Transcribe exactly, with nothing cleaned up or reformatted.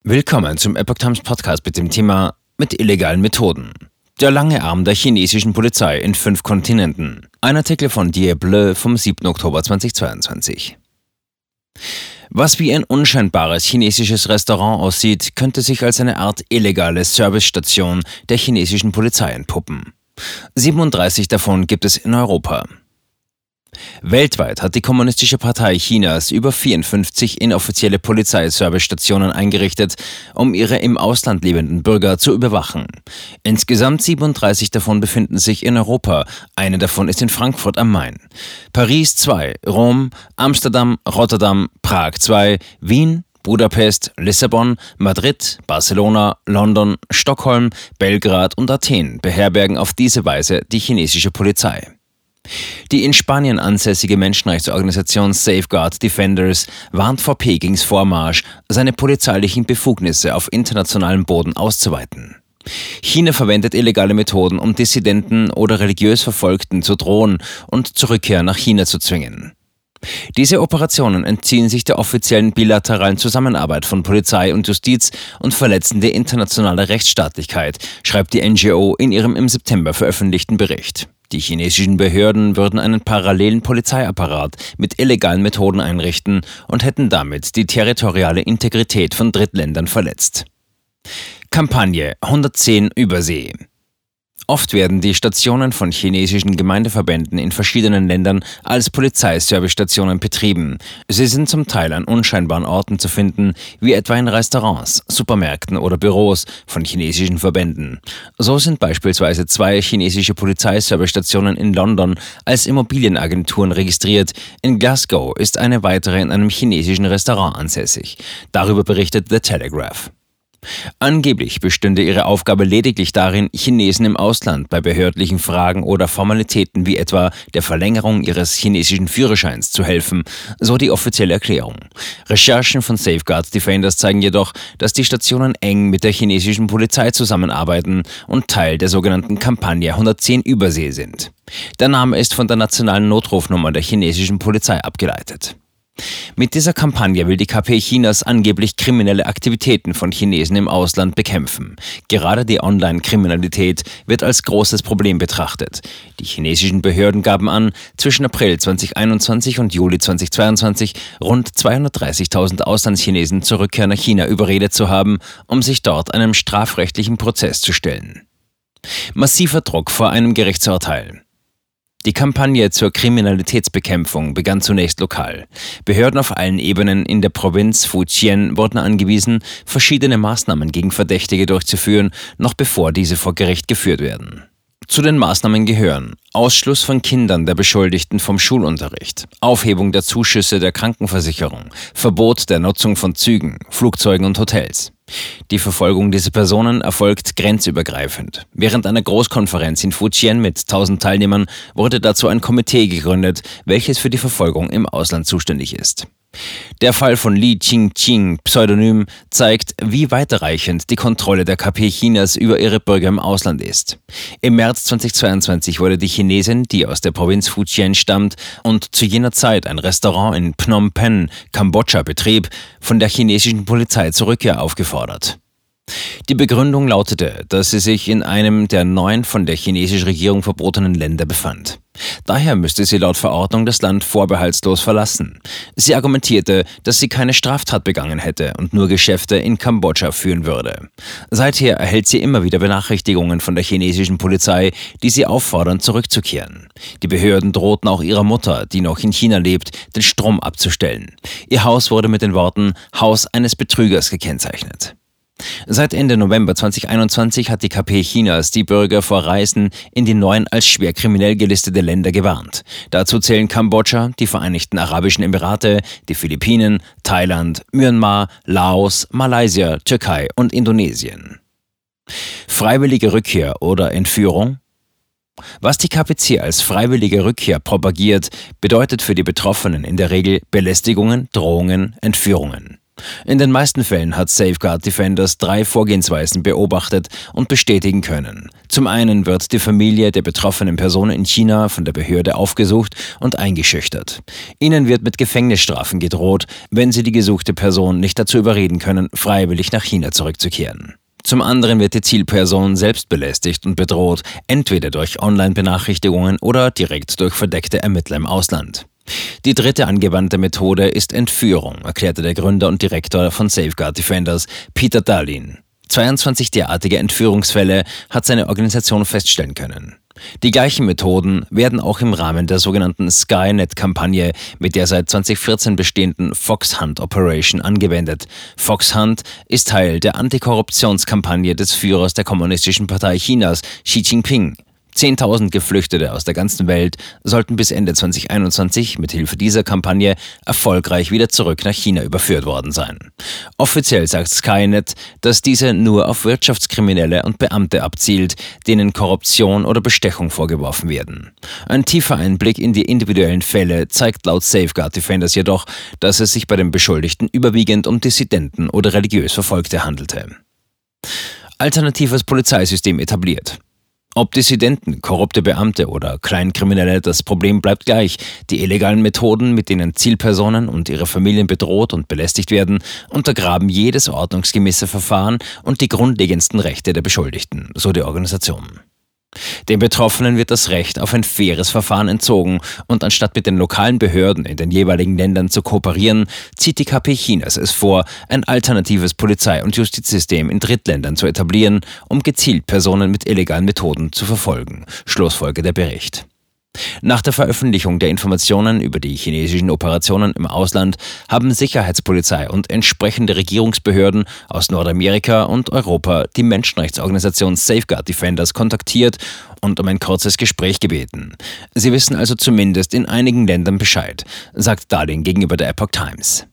Willkommen zum Epoch Times Podcast mit dem Thema mit illegalen Methoden. Der lange Arm der chinesischen Polizei in fünf Kontinenten. Ein Artikel von Die Bleu vom siebten Oktober zweitausendzweiundzwanzig. Was wie ein unscheinbares chinesisches Restaurant aussieht, könnte sich als eine Art illegale Servicestation der chinesischen Polizei entpuppen. siebenunddreißig davon gibt es in Europa. Weltweit hat die Kommunistische Partei Chinas über vierundfünfzig inoffizielle Polizeiservicestationen eingerichtet, um ihre im Ausland lebenden Bürger zu überwachen. Insgesamt siebenunddreißig davon befinden sich in Europa, eine davon ist in Frankfurt am Main. Paris zwei, Rom, Amsterdam, Rotterdam, Prag zwei, Wien, Budapest, Lissabon, Madrid, Barcelona, London, Stockholm, Belgrad und Athen beherbergen auf diese Weise die chinesische Polizei. Die in Spanien ansässige Menschenrechtsorganisation Safeguard Defenders warnt vor Pekings Vormarsch, seine polizeilichen Befugnisse auf internationalem Boden auszuweiten. China verwendet illegale Methoden, um Dissidenten oder religiös Verfolgten zu drohen und zur Rückkehr nach China zu zwingen. Diese Operationen entziehen sich der offiziellen bilateralen Zusammenarbeit von Polizei und Justiz und verletzen die internationale Rechtsstaatlichkeit, schreibt die N G O in ihrem im September veröffentlichten Bericht. Die chinesischen Behörden würden einen parallelen Polizeiapparat mit illegalen Methoden einrichten und hätten damit die territoriale Integrität von Drittländern verletzt. Kampagne hundertzehn Übersee. Oft werden die Stationen von chinesischen Gemeindeverbänden in verschiedenen Ländern als Polizeiservicestationen betrieben. Sie sind zum Teil an unscheinbaren Orten zu finden, wie etwa in Restaurants, Supermärkten oder Büros von chinesischen Verbänden. So sind beispielsweise zwei chinesische Polizeiservicestationen in London als Immobilienagenturen registriert. In Glasgow ist eine weitere in einem chinesischen Restaurant ansässig. Darüber berichtet The Telegraph. Angeblich bestünde ihre Aufgabe lediglich darin, Chinesen im Ausland bei behördlichen Fragen oder Formalitäten wie etwa der Verlängerung ihres chinesischen Führerscheins zu helfen, so die offizielle Erklärung. Recherchen von Safeguard Defenders zeigen jedoch, dass die Stationen eng mit der chinesischen Polizei zusammenarbeiten und Teil der sogenannten Kampagne hundertzehn Übersee sind. Der Name ist von der nationalen Notrufnummer der chinesischen Polizei abgeleitet. Mit dieser Kampagne will die K P Chinas angeblich kriminelle Aktivitäten von Chinesen im Ausland bekämpfen. Gerade die Online-Kriminalität wird als großes Problem betrachtet. Die chinesischen Behörden gaben an, zwischen April zweitausendeinundzwanzig und Juli zweitausendzweiundzwanzig rund zweihundertdreißigtausend Auslandschinesen zur Rückkehr nach China überredet zu haben, um sich dort einem strafrechtlichen Prozess zu stellen. Massiver Druck vor einem Gerichtsurteil. Die Kampagne zur Kriminalitätsbekämpfung begann zunächst lokal. Behörden auf allen Ebenen in der Provinz Fujian wurden angewiesen, verschiedene Maßnahmen gegen Verdächtige durchzuführen, noch bevor diese vor Gericht geführt werden. Zu den Maßnahmen gehören Ausschluss von Kindern der Beschuldigten vom Schulunterricht, Aufhebung der Zuschüsse der Krankenversicherung, Verbot der Nutzung von Zügen, Flugzeugen und Hotels. Die Verfolgung dieser Personen erfolgt grenzübergreifend. Während einer Großkonferenz in Fujian mit tausend Teilnehmern wurde dazu ein Komitee gegründet, welches für die Verfolgung im Ausland zuständig ist. Der Fall von Li Qingqing, Pseudonym, zeigt, wie weiterreichend die Kontrolle der K P Chinas über ihre Bürger im Ausland ist. Im März zweitausendzweiundzwanzig wurde die Chinesin, die aus der Provinz Fujian stammt und zu jener Zeit ein Restaurant in Phnom Penh, Kambodscha betrieb, von der chinesischen Polizei zur Rückkehr aufgefordert. Die Begründung lautete, dass sie sich in einem der neun von der chinesischen Regierung verbotenen Länder befand. Daher müsste sie laut Verordnung das Land vorbehaltslos verlassen. Sie argumentierte, dass sie keine Straftat begangen hätte und nur Geschäfte in Kambodscha führen würde. Seither erhält sie immer wieder Benachrichtigungen von der chinesischen Polizei, die sie auffordern, zurückzukehren. Die Behörden drohten auch ihrer Mutter, die noch in China lebt, den Strom abzustellen. Ihr Haus wurde mit den Worten „Haus eines Betrügers“ gekennzeichnet. Seit Ende November zweitausendeinundzwanzig hat die K P Chinas die Bürger vor Reisen in die neuen als schwer kriminell gelistete Länder gewarnt. Dazu zählen Kambodscha, die Vereinigten Arabischen Emirate, die Philippinen, Thailand, Myanmar, Laos, Malaysia, Türkei und Indonesien. Freiwillige Rückkehr oder Entführung? Was die K P C als freiwillige Rückkehr propagiert, bedeutet für die Betroffenen in der Regel Belästigungen, Drohungen, Entführungen. In den meisten Fällen hat Safeguard Defenders drei Vorgehensweisen beobachtet und bestätigen können. Zum einen wird die Familie der betroffenen Person in China von der Behörde aufgesucht und eingeschüchtert. Ihnen wird mit Gefängnisstrafen gedroht, wenn sie die gesuchte Person nicht dazu überreden können, freiwillig nach China zurückzukehren. Zum anderen wird die Zielperson selbst belästigt und bedroht, entweder durch Online-Benachrichtigungen oder direkt durch verdeckte Ermittler im Ausland. Die dritte angewandte Methode ist Entführung, erklärte der Gründer und Direktor von Safeguard Defenders, Peter Dahlin. zweiundzwanzig derartige Entführungsfälle hat seine Organisation feststellen können. Die gleichen Methoden werden auch im Rahmen der sogenannten Skynet-Kampagne mit der seit zweitausendvierzehn bestehenden Fox Hunt Operation angewendet. Fox Hunt ist Teil der Antikorruptionskampagne des Führers der Kommunistischen Partei Chinas, Xi Jinping. Zehntausend Geflüchtete aus der ganzen Welt sollten bis Ende zweitausendeinundzwanzig mithilfe dieser Kampagne erfolgreich wieder zurück nach China überführt worden sein. Offiziell sagt Skynet, dass diese nur auf Wirtschaftskriminelle und Beamte abzielt, denen Korruption oder Bestechung vorgeworfen werden. Ein tiefer Einblick in die individuellen Fälle zeigt laut Safeguard Defenders jedoch, dass es sich bei den Beschuldigten überwiegend um Dissidenten oder religiös Verfolgte handelte. Alternatives Polizeisystem etabliert. Ob Dissidenten, korrupte Beamte oder Kleinkriminelle, das Problem bleibt gleich. Die illegalen Methoden, mit denen Zielpersonen und ihre Familien bedroht und belästigt werden, untergraben jedes ordnungsgemäße Verfahren und die grundlegendsten Rechte der Beschuldigten, so die Organisation. Den Betroffenen wird das Recht auf ein faires Verfahren entzogen und anstatt mit den lokalen Behörden in den jeweiligen Ländern zu kooperieren, zieht die K P Chinas es vor, ein alternatives Polizei- und Justizsystem in Drittländern zu etablieren, um gezielt Personen mit illegalen Methoden zu verfolgen. Schlussfolge der Bericht. Nach der Veröffentlichung der Informationen über die chinesischen Operationen im Ausland haben Sicherheitspolizei und entsprechende Regierungsbehörden aus Nordamerika und Europa die Menschenrechtsorganisation Safeguard Defenders kontaktiert und um ein kurzes Gespräch gebeten. Sie wissen also zumindest in einigen Ländern Bescheid, sagt Dahlin gegenüber der Epoch Times.